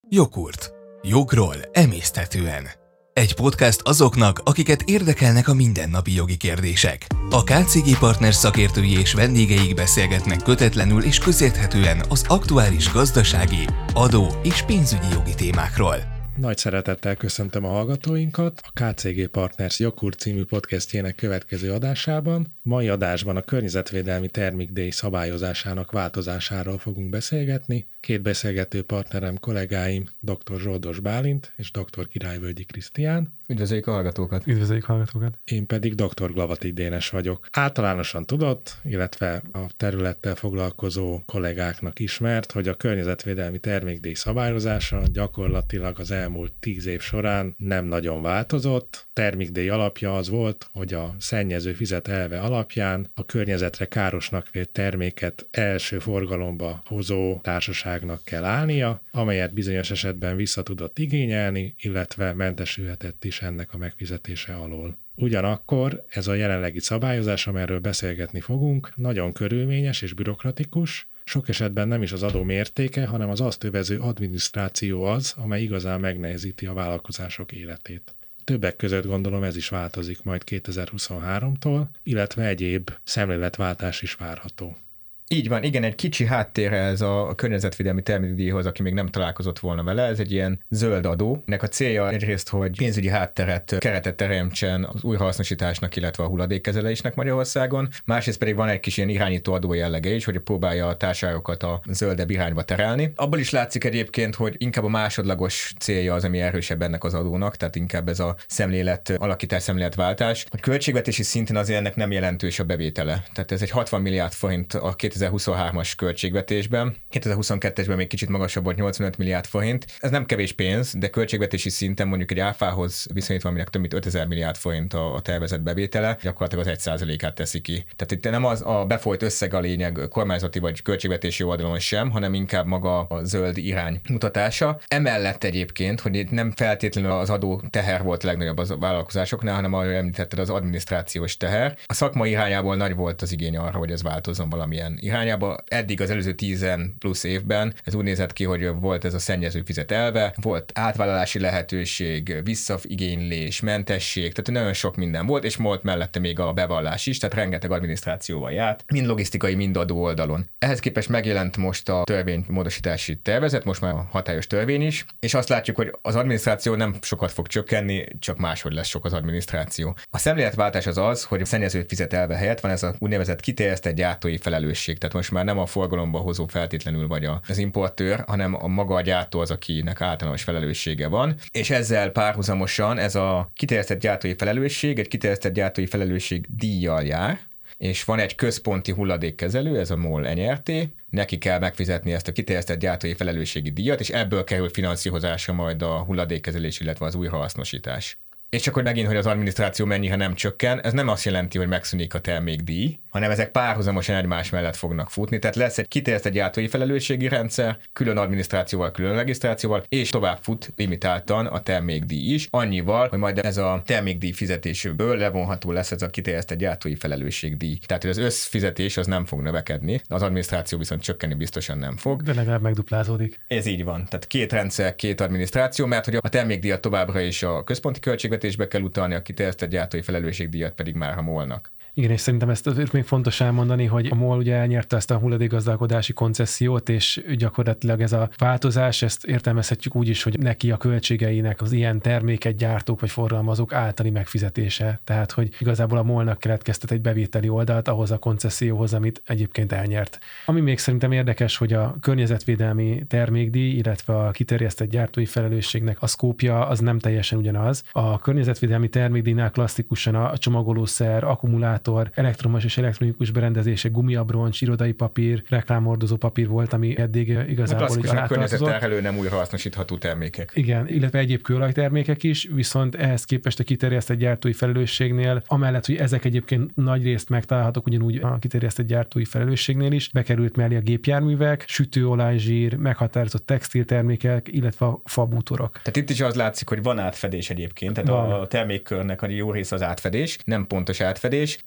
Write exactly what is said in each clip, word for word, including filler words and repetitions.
Jogurt. Jogról emészthetően. Egy podcast azoknak, akiket érdekelnek a mindennapi jogi kérdések. A ká cé gé Partners szakértői és vendégeik beszélgetnek kötetlenül és közérthetően az aktuális gazdasági, adó és pénzügyi jogi témákról. Nagy szeretettel köszöntöm a hallgatóinkat a ká cé gé Partners Jogurt című podcastjének következő adásában. Mai adásban a környezetvédelmi termékdíj szabályozásának változásáról fogunk beszélgetni. Két beszélgető partnerem, kollégáim, dr. Zsoldos Bálint és dr. Királyvölgyi Krisztián. Üdvözöljük a hallgatókat! Üdvözöljük a hallgatókat! Én pedig dr. Glavati Dénes vagyok. Általánosan tudott, illetve a területtel foglalkozó kollégáknak ismert, hogy a környezetvédelmi termékdíj szabályozása gyakorlatilag az elmúlt tíz év során nem nagyon változott. Termékdíj alapja az volt, hogy a szennyező fizet elve alapján a környezetre károsnak vélt terméket első forgalomba hozó társaságnak kell állnia, amelyet bizonyos esetben vissza tudott igényelni, illetve mentesülhetett is ennek a megfizetése alól. Ugyanakkor ez a jelenlegi szabályozás, amelyről beszélgetni fogunk, nagyon körülményes és bürokratikus. Sok esetben nem is az adó mértéke, hanem az azt övező adminisztráció az, amely igazán megnehezíti a vállalkozások életét. Többek között gondolom ez is változik majd kétezer-huszonháromtól, illetve egyéb szemléletváltás is várható. Így van, igen, egy kicsi háttérre ez a környezetvédelmi termékdíjhoz, aki még nem találkozott volna vele, ez egy ilyen zöld adó. Ennek a célja egyrészt, hogy pénzügyi hátteret, keretet teremtsen az újrahasznosításnak, illetve a hulladékkezelésnek Magyarországon. Másrészt pedig van egy kis ilyen irányító adó jellege is, hogy próbálja a társaságokat a zöldebb irányba terelni. Abból is látszik egyébként, hogy inkább a másodlagos célja az, ami erősebb ennek az adónak, tehát inkább ez a szemlélet alakítás, szemléletváltás. A költségvetési szinten azért ennek nem jelentős a bevétele. Tehát ez egy hatvan milliárd forint a kétezer-huszonhármas költségvetésben. kétezer-huszonkettesben még kicsit magasabb volt, nyolcvanöt milliárd forint. Ez nem kevés pénz, de költségvetési szinten mondjuk egy áfához viszonyítva, aminek több mint ötezer milliárd forint a, a tervezett bevétele, gyakorlatilag az egy százalékát teszi ki. Tehát itt nem az a befolyt összeg a lényeg kormányzati vagy költségvetési oldalon sem, hanem inkább maga a zöld irány mutatása. Emellett egyébként, hogy itt nem feltétlenül az adó teher volt a legnagyobb az vállalkozásoknál, hanem ahogy említetted, az adminisztrációs teher. A szakmai irányából nagy volt az igény arra, hogy ez változzon valamilyen irányába. Eddig az előző tízen plusz évben ez úgy nézett ki, hogy volt ez a szennyező fizet elve, volt átvállalási lehetőség, visszaigénylés, mentesség, tehát nagyon sok minden volt, és volt mellette még a bevallás is, tehát rengeteg adminisztrációval járt, mind logisztikai, mind adó oldalon. Ehhez képest megjelent most a törvénymódosítási tervezet, most már a hatályos törvény is, és azt látjuk, hogy az adminisztráció nem sokat fog csökkenni, csak máshogy lesz sok az adminisztráció. A szemléletváltás az az, hogy a szennyező fizet elve helyett van ez a úgynevezett kiterjesztett gyártói felelősség. Tehát most már nem a forgalomba hozó feltétlenül vagy az importőr, hanem a maga a gyártó az, akinek általános felelőssége van. És ezzel párhuzamosan ez a kiterjesztett gyártói felelősség, egy kiterjesztett gyártói felelősség díjjal jár, és van egy központi hulladékkezelő, ez a MOL en er té, neki kell megfizetni ezt a kiterjesztett gyártói felelősségi díjat, és ebből kerül finanszírozásra majd a hulladékkezelés, illetve az újrahasznosítás. És csak hogy megint, hogy az adminisztráció mennyire nem csökken, ez nem azt jelenti, hogy megszűnik a termékdíj, hanem ezek párhuzamosan egymás mellett fognak futni. Tehát lesz egy kiterjesztett gyártói felelősségi rendszer, külön adminisztrációval, külön regisztrációval, és tovább fut limitáltan a termékdíj is, annyival, hogy majd ez a termékdíj fizetésből levonható lesz ez a kiterjesztett gyártói felelősségdíj. Tehát, hogy az összfizetés az nem fog növekedni, az adminisztráció viszont csökkenni biztosan nem fog. De legalább megduplázódik. Ez így van. Tehát két rendszer, két adminisztráció, mert hogy a termékdíjat továbbra is a központi költségvetésbe kell utalni, a kiterjesztett gyártói felelősségdíjat pedig már a MOL-nak. Igen, és szerintem ezt azért még fontos elmondani, hogy a MOL ugye elnyerte ezt a hulladékgazdálkodási koncesziót, és gyakorlatilag ez a változás, ezt értelmezhetjük úgy is, hogy neki a költségeinek az ilyen terméket gyártók vagy forgalmazók általi megfizetése. Tehát, hogy igazából a MOL-nak keletkeztet egy bevételi oldalt ahhoz a konceszióhoz, amit egyébként elnyert. Ami még szerintem érdekes, hogy a környezetvédelmi termékdíj, illetve a kiterjesztett gyártói felelősségnek a szkópja az nem teljesen ugyanaz. A környezetvédelmi termékdíjnál klasszikusan a csomagolószer, akkumulátor, elektromos és elektronikus berendezések, gumiabroncs, irodai papír, reklámhordozó papír volt, ami eddig igazából így alátartozott. Környezetterhelő nem újrahasznosítható termékek. Igen, illetve egyéb kőolajtermékek is, viszont ehhez képest a kiterjesztett gyártói felelősségnél, amellett, hogy ezek egyébként nagy részt megtalálhatók ugyanúgy a kiterjesztett gyártói felelősségnél is, bekerült mellé a gépjárművek, sütőolajzsír, meghatározott textiltermékek, illetve a fabútorok. Tehát itt is az látszik, hogy van átfedés egyébként, tehát van. A termékkörnek a jó része az átfedés, nem pontos átfedés, de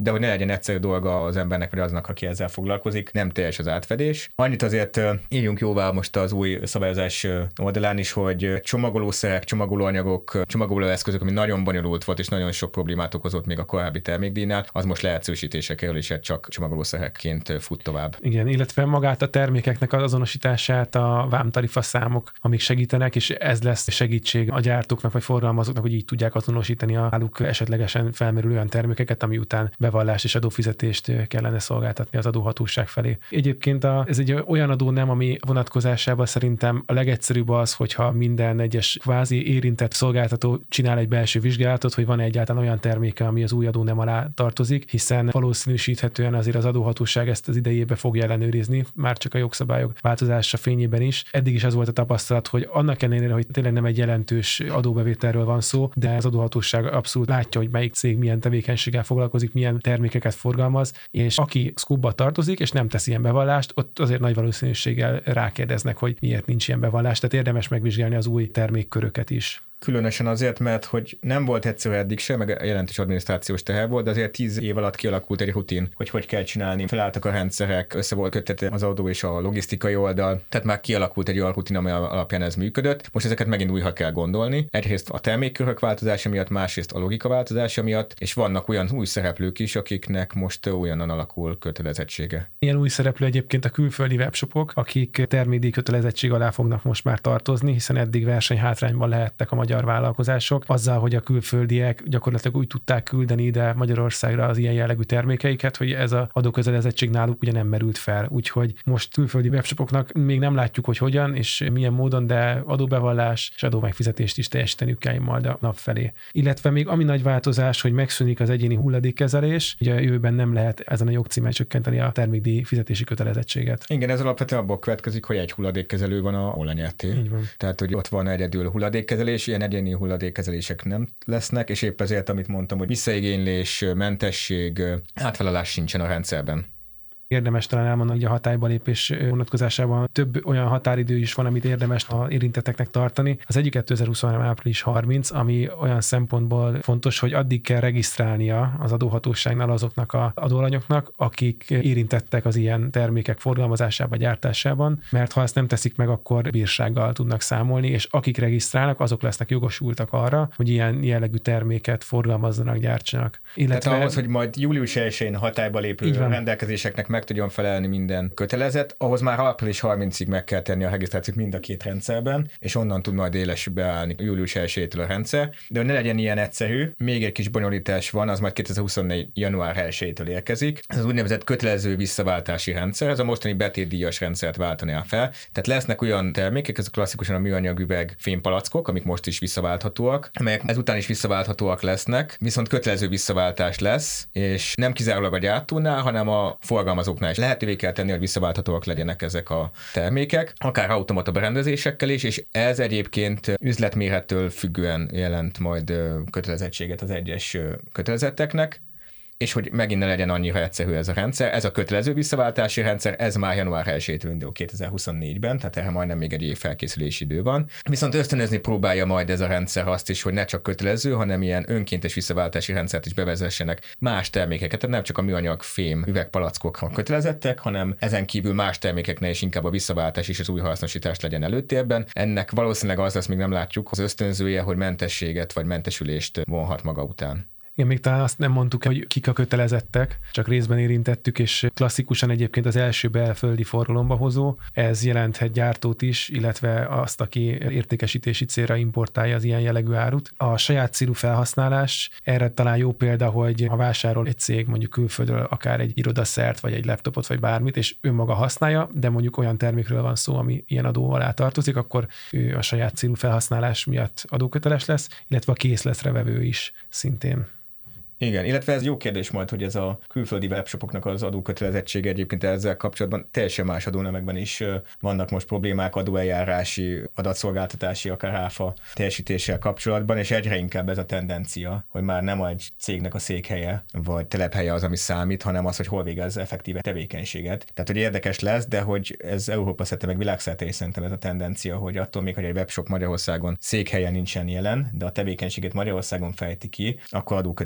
de hogy ne legyen egyszerű dolga az embernek, vagy aznak, aki ezzel foglalkozik, nem teljes az átfedés. Annyit azért írjunk jóvá most az új szabályozás oldalán is, hogy csomagolószerek, csomagolóanyagok, csomagolóeszközök, ami nagyon bonyolult volt, és nagyon sok problémát okozott még a korábbi termékdíjnál, az most leegyszerűsítésre kerül, és csak csomagolószerekként fut tovább. Igen, illetve magát a termékeknek az azonosítását a vámtarifa számok, amik segítenek, és ez lesz segítség a gyártóknak vagy forgalmazóknak, hogy így tudják azonosítani a náluk esetlegesen felmerülő olyan termékeket, ami után bevallást és adófizetést kellene szolgáltatni az adóhatóság felé. Egyébként a, ez egy olyan adó nem, ami vonatkozásában szerintem a legegyszerűbb az, hogyha minden egyes kvázi érintett szolgáltató csinál egy belső vizsgálatot, hogy van egyáltalán olyan terméke, ami az új adó nem alá tartozik, hiszen valószínűsíthetően azért az adóhatóság ezt az idejébe fogja ellenőrizni, már csak a jogszabályok változása fényében is. Eddig is az volt a tapasztalat, hogy annak ellenére, hogy tényleg nem egy jelentős adóbevételről van szó, de az adóhatóság abszolút látja, hogy melyik cég milyen tevékenységgel foglalkozik, milyen termékeket forgalmaz, és aki szkúbba tartozik, és nem tesz ilyen bevallást, ott azért nagy valószínűséggel rákérdeznek, hogy miért nincs ilyen bevallás, tehát érdemes megvizsgálni az új termékköröket is. Különösen azért, mert hogy nem volt egyszerű eddig sem, meg jelentős adminisztrációs teher volt, de azért tíz év alatt kialakult egy rutin, hogy hogy kell csinálni. Felálltak a rendszerek, össze volt köttetve az adó és a logisztikai oldal, tehát már kialakult egy olyan rutin, amely alapján ez működött. Most ezeket megint újra kell gondolni. Egyrészt a termékkörök változása miatt, másrészt a logika változása miatt, és vannak olyan új szereplők is, akiknek most olyanan alakul kötelezettsége. Ilyen új szereplő egyébként a külföldi webshopok, akik termékdíj kötelezettség alá fognak most már tartozni, hiszen eddig versenyhátrányban lehettek a magyar vállalkozások, azzal, hogy a külföldiek gyakorlatilag úgy tudták küldeni ide Magyarországra az ilyen jellegű termékeiket, hogy ez az adókötelezettség náluk ugye nem merült fel. Úgyhogy most külföldi webshopoknak még nem látjuk, hogy hogyan és milyen módon, de adóbevallás és adómegfizetést is teljesíteniük kell majd a nap felé. Illetve még ami nagy változás, hogy megszűnik az egyéni hulladékkezelés, ugye a jövőben nem lehet ezen a jogcímen csökkenteni a termékdíj fizetési kötelezettséget. Igen, ez alapvetően abból következik, hogy egy hulladékkezelő van, ahol lenyertél. Így van. Tehát, hogy ott van egyedül hulladékkezelés, ilyen egyéni hulladékkezelések nem lesznek, és épp ezért, amit mondtam, hogy visszaigénylés, mentesség, átfelelés sincsen a rendszerben. Érdemes talán elmondani, hogy a hatályba lépés vonatkozásában több olyan határidő is van, amit érdemes az érintetteknek tartani. Az egyik kétezer-huszonhárom április harminc, ami olyan szempontból fontos, hogy addig kell regisztrálnia az adóhatóságnál azoknak az adóalanyoknak, akik érintettek az ilyen termékek forgalmazásában, gyártásában, mert ha ezt nem teszik meg, akkor bírsággal tudnak számolni, és akik regisztrálnak, azok lesznek jogosultak arra, hogy ilyen jellegű terméket forgalmazzanak, gyártsanak. Illetve... Tehát ahhoz, hogy majd július elsején hatályba lépő rendelkezéseknek meg tudjon felelni minden kötelezet, ahhoz már április harmincadikáig meg kell tenni a regisztrációt mind a két rendszerben, és onnan tud majd élesbe állni július elsejétől a rendszer. De hogy ne legyen ilyen egyszerű, még egy kis bonyolítás van, az majd kétezer-huszonnégy január elsejétől érkezik. Ez az úgynevezett kötelező visszaváltási rendszer, ez a mostani betétdíjas rendszert váltaná fel. Tehát lesznek olyan termékek, ezek klasszikusan a műanyag üveg fémpalackok, amik most is visszaválthatóak, amelyek ezután is visszaválthatóak lesznek, viszont kötelező visszaváltás lesz, és nem kizárólag a gyártónál, hanem a forgalmazó is lehetővé kell tenni, hogy visszaválthatóak legyenek ezek a termékek, akár automata berendezésekkel is, és ez egyébként üzletmérettől függően jelent majd kötelezettséget az egyes kötelezetteknek, és hogy megint ne legyen annyira egyszerű ez a rendszer. Ez a kötelező visszaváltási rendszer, ez már január elsejétől indul kétezer-huszonnégyben, tehát erre majdnem még egy év felkészülési idő van. Viszont ösztönözni próbálja majd ez a rendszer azt is, hogy ne csak kötelező, hanem ilyen önkéntes visszaváltási rendszert is bevezessenek más termékeket, tehát nem csak a műanyag fém üvegpalackok kötelezettek, hanem ezen kívül más termékeknél is inkább a visszaváltás és az újrahasznosítás legyen előtérben. Ennek valószínűleg az lesz, még nem látjuk, az ösztönzője, hogy mentességet vagy mentesülést vonhat maga után. Igen, még talán azt nem mondtuk, hogy kik a kötelezettek, csak részben érintettük, és klasszikusan egyébként az első belföldi forgalomba hozó, ez jelenthet gyártót is, illetve azt, aki értékesítési célra importálja az ilyen jellegű árut. A saját célú felhasználás, erre talán jó példa, hogy ha vásárol egy cég mondjuk külföldről akár egy irodaszert, vagy egy laptopot, vagy bármit, és önmaga használja, de mondjuk olyan termékről van szó, ami ilyen adó alá tartozik, akkor ő a saját célú felhasználás miatt adóköteles lesz, illetve a készletre vevő is szintén. Igen, illetve ez jó kérdés majd, hogy ez a külföldi webshopoknak az adókötelezettsége egyébként ezzel kapcsolatban teljesen más adónemekben is vannak most problémák adóeljárási, adatszolgáltatási, akár áfa teljesítéssel kapcsolatban, és egyre inkább ez a tendencia, hogy már nem egy cégnek a székhelye vagy telephelye az, ami számít, hanem az, hogy hol végez effektíve tevékenységet. Tehát, hogy érdekes lesz, de hogy ez Európa szerte meg világszerte is szerintem ez a tendencia, hogy attól még, hogy egy webshop Magyarországon székhelye nincsen jelen, de a tevékenységet Magyarországon fejti ki, akkor adókötelezettség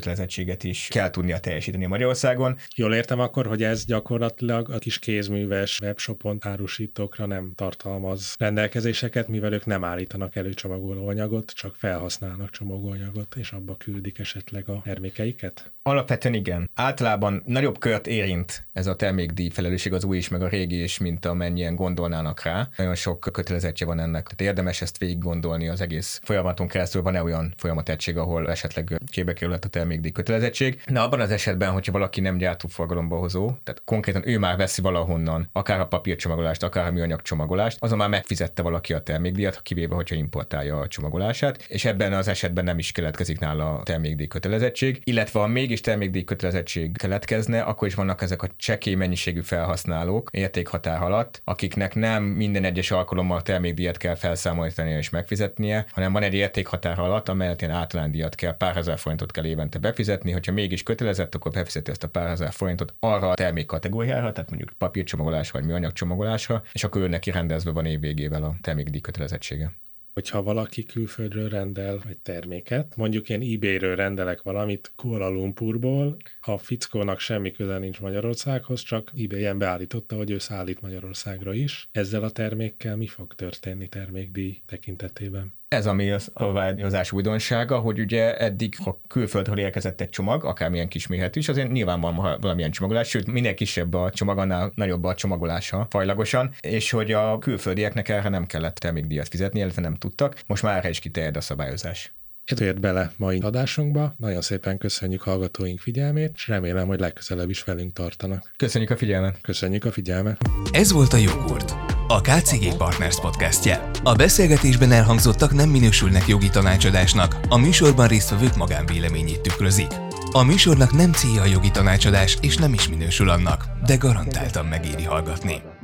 kötelezettséget is kell tudnia teljesíteni Magyarországon. Jól értem akkor, hogy ez gyakorlatilag a kis kézműves webshopon árusítókra nem tartalmaz rendelkezéseket, mivel ők nem állítanak elő csomagolóanyagot, csak felhasználnak csomagolóanyagot, és abba küldik esetleg a termékeiket? Alapvetően igen. Általában nagyobb kört érint ez a termékdíj felelősség, az új is, meg a régi is, mint amennyien gondolnának rá. Nagyon sok kötelezettje van ennek. Tehát érdemes ezt végig gondolni az egész folyamaton keresztül. Van-e olyan folyamategység, ahol esetleg képbe kerülhet a termékdíj kötelezettség? Na, abban az esetben, hogyha valaki nem gyártóforgalomba hozó, tehát konkrétan ő már veszi valahonnan, akár a papírcsomagolást, akár a műanyag csomagolást, azon már megfizette valaki a termékdíjat, kivéve, hogyha importálja a csomagolását, és ebben az esetben nem is keletkezik nála a termékdíj kötelezettség, illetve ha mégis termékdíj kötelezettség keletkezne, akkor is vannak ezek a csekély mennyiségű felhasználók értékhatár alatt, akiknek nem minden egyes alkalommal termékdíjat kell felszámolítania és megfizetnie, hanem van egy értékhatár alatt, amelyet ilyen általánydíjat kell, pár ezer forintot kell évente befizetni, hogyha mégis kötelezett, akkor befizeti ezt a pár ezer forintot arra a termékkategóriára, tehát mondjuk papírcsomagolás vagy műanyag csomagolásra, és akkor ő neki rendezve van év végével a termékdíj kötelezettsége. Hogyha valaki külföldről rendel egy terméket, mondjuk én eBay-ről rendelek valamit Kuala Lumpurból, a fickónak semmi köze nincs Magyarországhoz, csak eBay-en beállította, hogy ő szállít Magyarországra is. Ezzel a termékkel mi fog történni termékdíj tekintetében? Ez ami az szabályozás újdonsága, hogy ugye eddig, ha külföldről érkezett egy csomag, akármilyen kis méretű is, azért nyilván van valamilyen csomagolás, sőt, minél kisebb a csomag, annál nagyobb a csomagolása fajlagosan, és hogy a külföldieknek erre nem kellett termékdíjat fizetni, illetve nem tudtak. Most már erre is kiterjed a szabályozás. Ez ért bele mai adásunkba. Nagyon szépen köszönjük hallgatóink figyelmét, és remélem, hogy legközelebb is velünk tartanak. Köszönjük a figyelmet! Köszönjük a figyelmet! Ez volt a Jogurt, a ká cé gé Partners podcastje. A beszélgetésben elhangzottak nem minősülnek jogi tanácsadásnak, a műsorban résztvevők magánvéleményét tükrözik. A műsornak nem célja a jogi tanácsadás, és nem is minősül annak, de garantáltan megéri hallgatni.